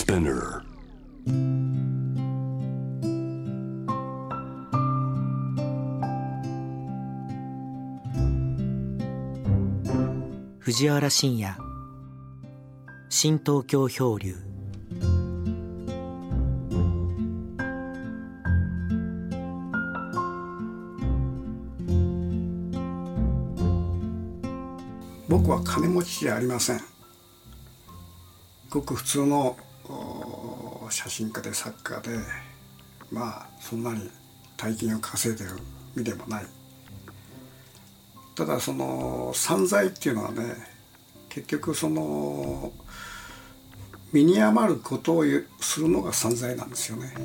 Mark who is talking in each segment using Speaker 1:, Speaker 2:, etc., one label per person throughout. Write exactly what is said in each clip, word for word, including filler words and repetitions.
Speaker 1: Spinner.
Speaker 2: 藤原信也、新東京漂流。
Speaker 3: 僕は金持ちじゃありません。ごく普通の写真家で作家で、まあそんなに大金を稼いでる身でもない。ただその散財っていうのはね、結局その身に余ることをするのが散財なんですよね。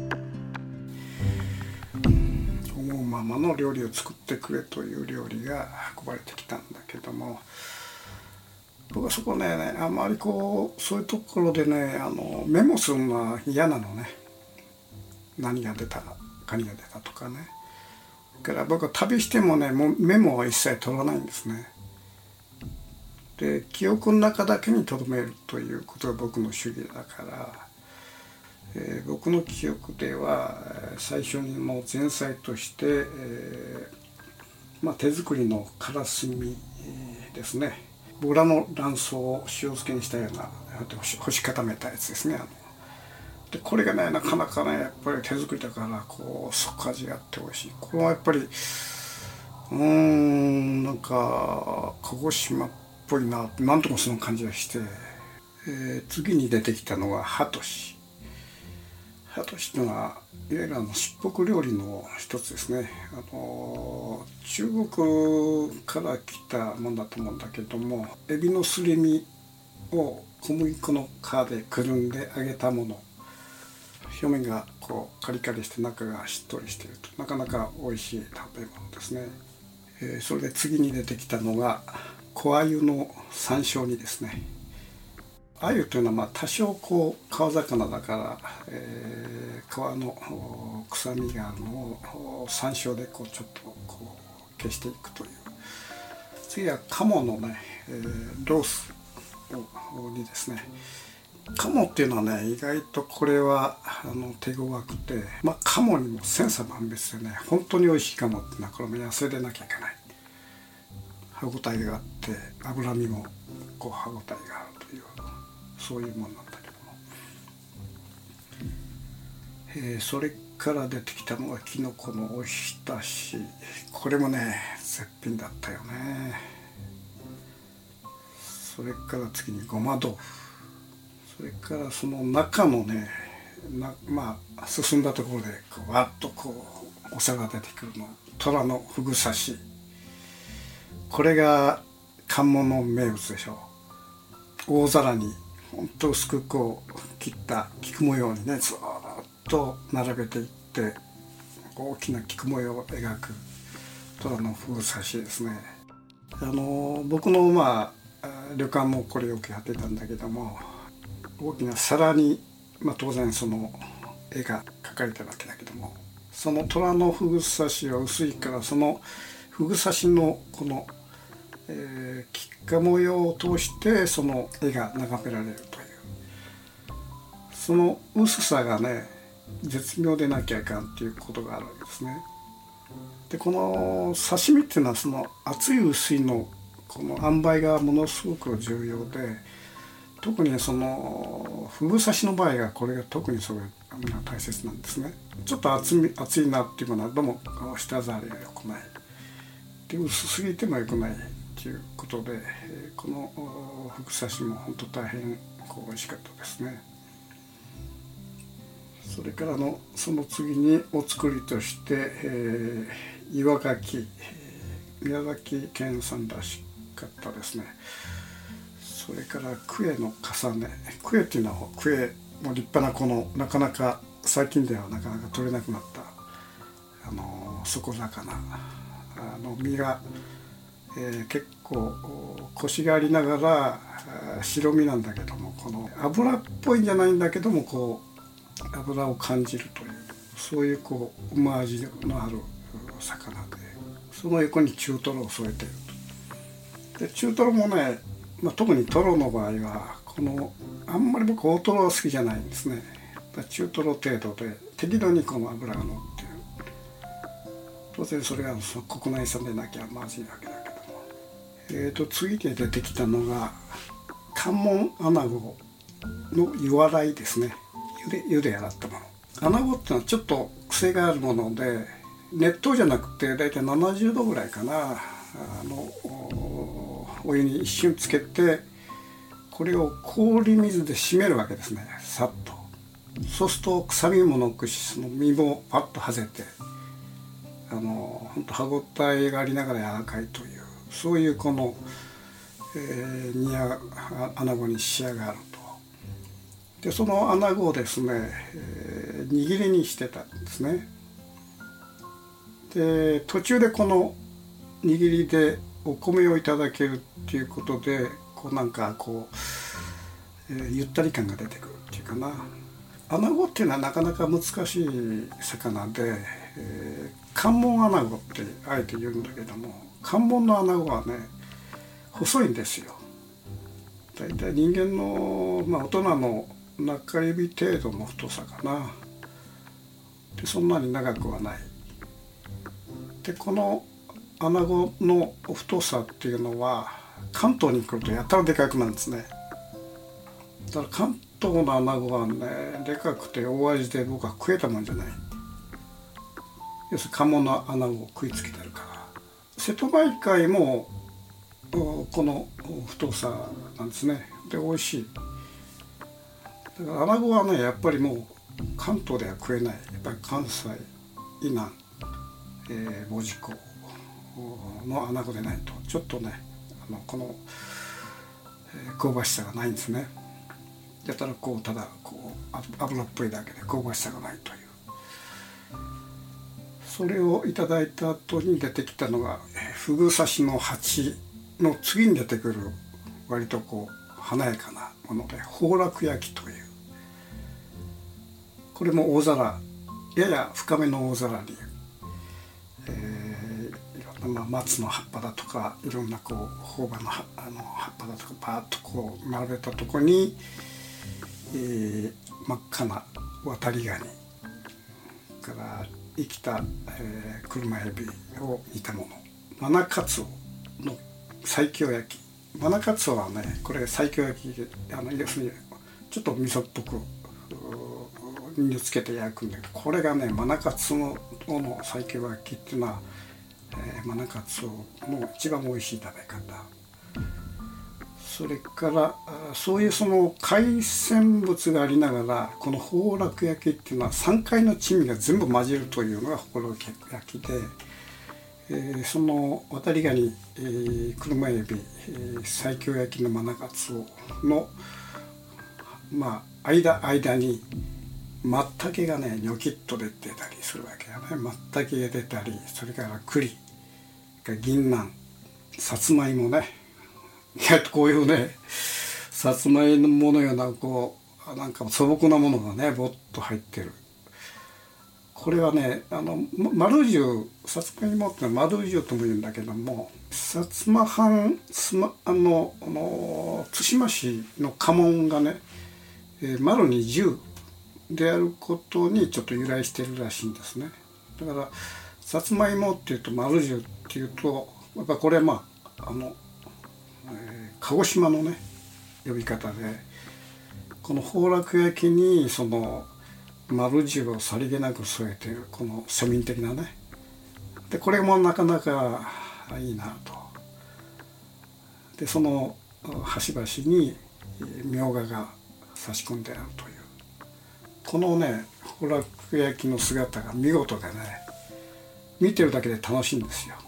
Speaker 3: 思うままの料理を作ってくれという料理が運ばれてきたんだけども、僕はそこね、あまりこうそういうところでね、あのメモするのは嫌なのね。何が出た何が出たとかね。だから僕は旅してもね、もうメモは一切取らないんですね。で、記憶の中だけに留めるということが僕の主義だから、えー、僕の記憶では最初にもう前菜として、えーまあ、手作りのからすみですね。ボラの卵巣を塩漬けにしたような干し固めたやつですね。あのでこれがね、なかなかね、やっぱり手作りだからこう底味があって美味しい。これはやっぱりうーんなんか鹿児島っぽいな、なんともその感じがして、えー、次に出てきたのがハトシ。ハトシというのはいわゆるあの卓袱料理の一つですね。あの中国から来たものだと思うんだけども、エビのすり身を小麦粉の皮でくるんで揚げたもの。表面がこうカリカリして中がしっとりしていると、なかなか美味しい食べ物ですね。えー、それで次に出てきたのが小鮎の山椒煮ですね。鮎というのはまあ多少こう川魚だから、えー、皮の臭みがあるのを山椒でこうちょっとこう消していくという。次は鴨のね、えー、ロースにですね。鴨っていうのはね、意外とこれはあの手強くて、まあ鴨にも千差万別でね、本当に美味しい鴨ってのはこれも野生でなきゃいけない。歯ごたえがあって脂身もこう歯ごたえがあるという、そういうものなんだけども、えー、それから出てきたのがきのこのおひたし。これもね絶品だったよね。それから次にごま豆腐。それからその中のね、なまあ進んだところでこうわっとこうお皿が出てくるの、虎のふぐ刺し。これが関門の名物でしょう。大皿にほんと薄くこう切った菊模様にね、ずーっと並べていって大きな菊模様を描く虎のふぐ刺しですね。あの僕のまあ旅館もこれよくやってたんだけども、大きな皿に、まあ、当然その絵が描かれてるわけだけども、その虎のふぐ刺しは薄いから、そのふぐ刺しのこの、えー、菊花模様を通してその絵が眺められるという、その薄さがね絶妙でなきゃいかんっていうことがあるわけですね。でこの刺身っていうのはその厚い薄いのこの塩梅がものすごく重要で、特にそのふぐ刺しの場合がこれが特にそれが大切なんですね。ちょっと厚み厚いなっていうものはどうも舌触りが良くないで、薄すぎても良くないっていうことで、このふぐ刺しも本当大変こう美味しかったですね。それからのその次にお作りとして、えー、岩牡蠣、宮崎県産らしかったですね。それからクエの重ね。クエっていうのはクエも立派なこのなかなか最近ではなかなか取れなくなったあの底魚、あの身が、えー、結構コシがありながら白身なんだけども、この油っぽいんじゃないんだけどもこう油を感じるという、そういうこう馬味のある魚で、その横に中トロを添えていると。で中トロもねまあ、特にトロの場合はこのあんまり僕大トロは好きじゃないんですね。中トロ程度で適度にこの脂が乗っている。当然それはその国内産でなきゃまずいわけだけども、えーと次に出てきたのが関門アナゴの湯洗いですね。湯で湯で洗ったもの。アナゴってのはちょっと癖があるもので、熱湯じゃなくてだいたいななじゅうどぐらいかな、あの お, お湯に一瞬つけて、これを氷水で締めるわけですね、さっと。そうすると臭みも残し、その身もパッと外れて、あの本当歯ごたえがありながら柔らかいという、そういうこの、えー、煮アナゴに仕上がると。でそのアナゴをですね、えー、握りにしてたんですね。で途中でこの握りでお米をいただけるっていうことで、こうなんかこう、えー、ゆったり感が出てくるっていうかな。アナゴっていうのはなかなか難しい魚で、えー、関門アナゴってあえて言うんだけども、関門のアナゴはね細いんですよ。だいたい人間の、まあ、大人の中指程度の太さかな。でそんなに長くはない。でこのアナゴの太さっていうのは関東に来るとやたらでかくなるんですね。だから関東のアナゴはねでかくて大味で僕は食えたもんじゃない。要するに関門のアナゴを食いつけてるから。瀬戸内海もこの太さなんですね。で美味しい。だからアナゴはねやっぱりもう関東では食えない。やっぱり関西以南、えー、門司港のアナゴでないとちょっとね、あのこの、えー、香ばしさがないんですね。やったらこうただこう油っぽいだけで香ばしさがないという。それをいただいた後に出てきたのがフグ刺しの鉢の次に出てくる割とこう華やかなもので宝楽焼きという、これも大皿、やや深めの大皿に、えー、いろんな、まあ、松の葉っぱだとかいろんなこう朴葉の葉あの葉っぱだとかパーッとこう並べたところに、えー、真っ赤な渡りガニから生きた、えー、車エビを煮たもの、マナカツオの西京焼き。マナカツオはねこれ西京焼きで、あの要するにちょっと味噌っぽくにつけて焼くんだけど、これがねマナカツオの西京焼きっていうのは、えー、マナカツオの一番おいしい食べ方。それからそういうその海鮮物がありながらこの宝楽焼きっていうのはさんかいの珍味が全部混じるというのが宝楽焼きで、えー、その渡りガニ、えー、車エビ、えー、西京焼きのマナカツオのまあ間間にマッタケがねニョキッと出てたりするわけだね。マッタケが出たり、それから栗、銀杏、さつまいもね、こういうねさつまいものようなこうなんか素朴なものがねぼっと入ってる。これはねあの丸十、さつまいもってのは丸十とも言うんだけども、薩摩藩すまあのあの対馬市の家紋がね、えー、丸に十であることにちょっと由来してるらしいんですね。だからさつまいもっていうと丸十っていうとやっぱこれはまああの鹿児島のね呼び方で、この宝楽焼きにその丸十をさりげなく添えているこの庶民的なね、でこれもなかなかいいなと。でその端々にみょうがが差し込んであるという、このね宝楽焼きの姿が見事でね、見てるだけで楽しいんですよ。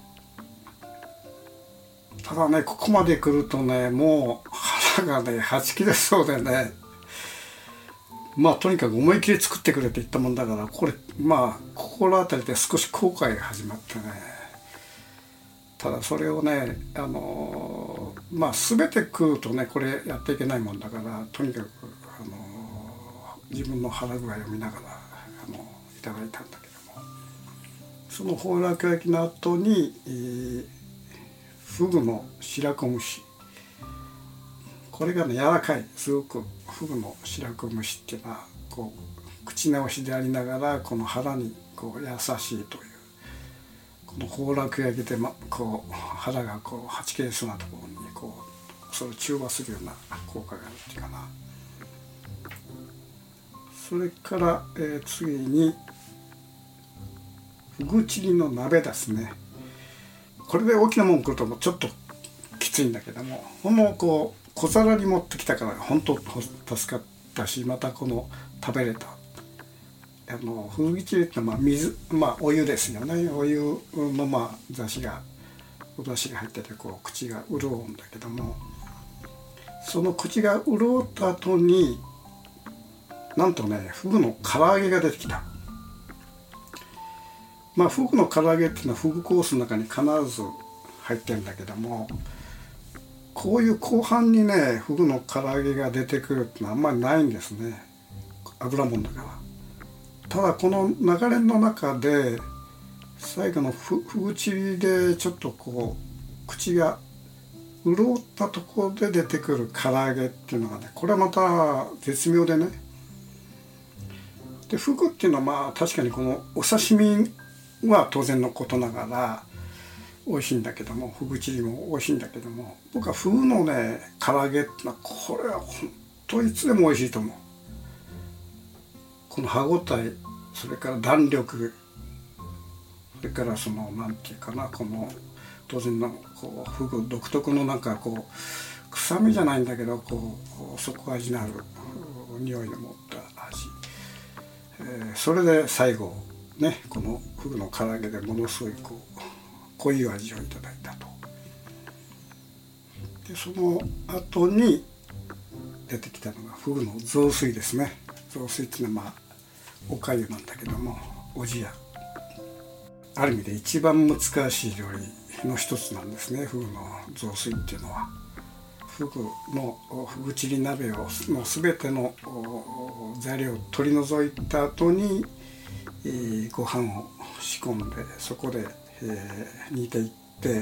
Speaker 3: ただねここまで来るとねもう腹がねはち切れそうでね、まあとにかく思い切り作ってくれって言ったもんだから、これまあ心当たりで少し後悔が始まってね、ただそれをねあのまあ全て食うとねこれやっていけないもんだから、とにかくあの自分の腹具合を見ながらあのいただいたんだけども、その宝楽焼きの後に、えーフグの白子蒸し、 これがね柔らかい、すごくフグの白子蒸しっていうのはこう口直しでありながらこの腹にこう優しいという、この崩落焼きで、ま、こう腹がこうはち切れそうなところにこうそれを中和するような効果があるっていうかな。それから、えー、次にフグチリの鍋ですね。これで大きなもん来るともうちょっときついんだけども、ほんのこう小皿に持ってきたから本当助かったし、またこの食べれた。あのフグチリってのはまあ水、まあお湯ですよね。お湯のまあ出汁がお出汁が入っててこう口が潤うんだけども、その口が潤った後になんとねフグの唐揚げが出てきた。まあフグの唐揚げっていうのはフグコースの中に必ず入ってるんだけども、こういう後半にねフグの唐揚げが出てくるってのはあんまりないんですね、油もんだから。ただこの流れの中で最後のフグチリでちょっとこう口が潤ったところで出てくる唐揚げっていうのがね、これはまた絶妙でね。でフグっていうのはまあ確かにこのお刺身は当然のことながら美味しいんだけども、フグチリも美味しいんだけども、僕はフグのね唐揚げってのはこれは本当いつでも美味しいと思う。この歯ごたえ、それから弾力、それからそのなんていうかな、この当然のこうフグ独特のなんかこう臭みじゃないんだけどこう底味のある匂いの持った味、えー、それで最後ねこのフグの唐揚げでものすごいこう濃い味をいただいたと。でその後に出てきたのがフグの雑炊ですね。雑炊っていうのはまあおかゆなんだけども、おじや、ある意味で一番難しい料理の一つなんですね、フグの雑炊っていうのは。フグのフグチリ鍋をの全ての材料を取り除いた後に、えー、ご飯を仕込んでそこで、えー、煮ていって、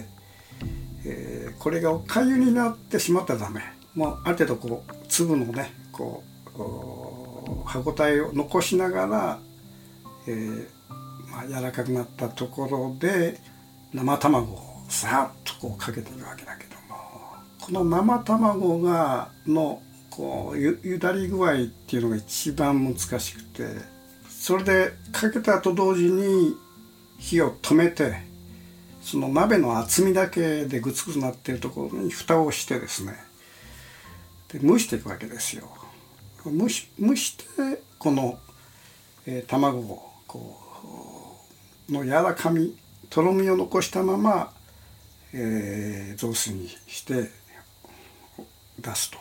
Speaker 3: えー、これがおかゆになってしまったらダメ。もうある程度こう粒のねこう歯ごたえを残しながら、えーまあ、柔らかくなったところで生卵をさっとこうかけていくわけだけども、この生卵がのこう ゆ, ゆだり具合っていうのが一番難しくて、それでかけた後同時に火を止めてその鍋の厚みだけでグツグツなっているところに蓋をしてですね、で蒸していくわけですよ。蒸し、蒸してこの、えー、卵をこうの柔らかみとろみを残したまま、えー、雑炊にして出すと。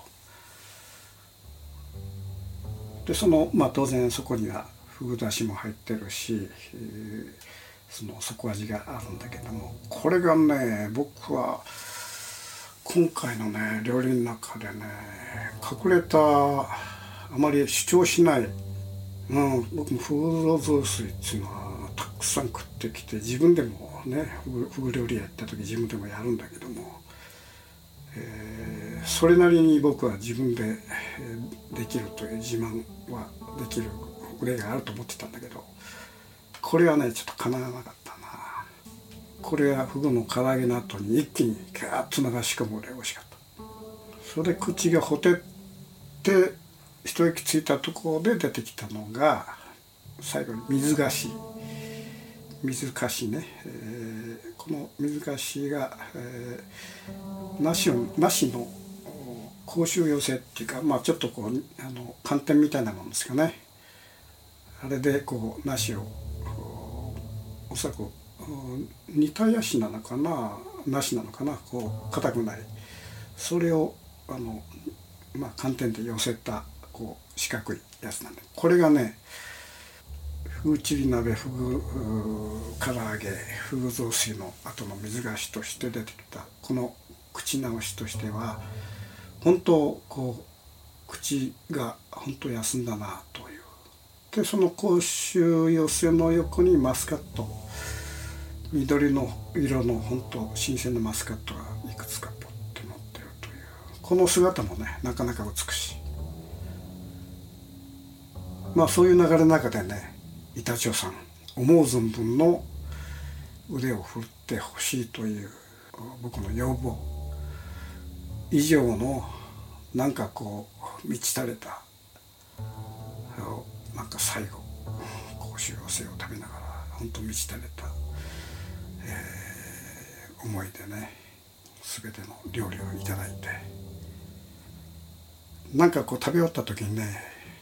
Speaker 3: でそのまあ当然そこにはフグだしも入ってるし、えー、その底味があるんだけども、これがね僕は今回のね料理の中でね隠れたあまり主張しない、うん、僕もフグ雑炊っていうのはたくさん食ってきて、自分でもねフグ、フグ料理やった時自分でもやるんだけども、えー、それなりに僕は自分でできるという自慢はできる腕があると思ってたんだけど、これはねちょっとかなわなかったな。これはフグの唐揚げの後に一気にガーッと流し込むぐらい美味しかった。それで口がほてって一息ついたところで出てきたのが最後に水菓子水菓子ね、えー、この水菓子が、えー、梨を梨の甲州寄せっていうか、まあちょっとこうあの寒天みたいなもんですかね。あれでこう梨をおそらく煮たやしなのかな梨なのかな、こう硬くないそれをあの、まあ、寒天で寄せたこう四角いやつなんで、これがねフグチリ鍋、フグ唐揚げ、フグ雑炊の後の水菓子として出てきたこの口直しとしては本当こう口が本当休んだなという。でその甲州寄せの横にマスカット、緑の色の本当新鮮なマスカットがいくつかポッて乗ってるという、 この姿もねなかなか美しい。まあそういう流れの中でね、板長さん思う存分の腕を振るってほしいという僕の要望以上のなんかこう満ち足れたなんか最後こう幸せを食べながら本当満ち足れた、えー、思いでね全ての料理をいただいて、なんかこう食べ終わった時にね、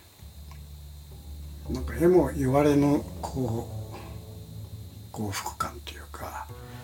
Speaker 3: なんかえも言われぬこう幸福感というか、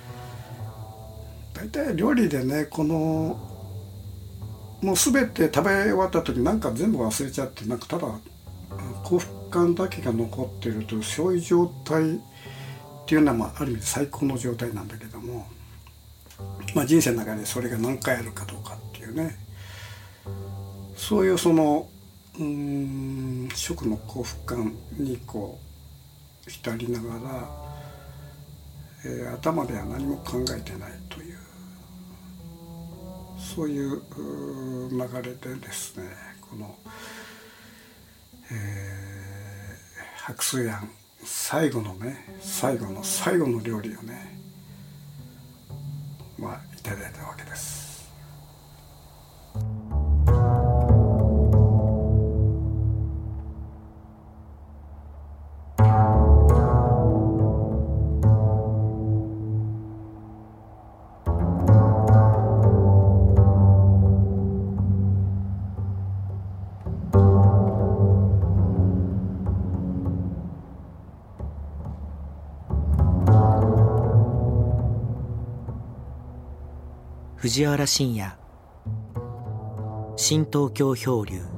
Speaker 3: 大体料理でねこのもう全て食べ終わった時なんか全部忘れちゃって、なんかただ幸福感だけが残っているというそういう状態っていうのは、まあ、ある意味で最高の状態なんだけども、まあ、人生の中でそれが何回あるかどうかっていうね、そういうそのうーん食の幸福感にこう浸りながら、えー、頭では何も考えてないというそういう流れでですね、この、えー、白水庵最後のね最後の最後の料理をねまあいただいたわけです。
Speaker 2: 藤原信也、新東京漂流。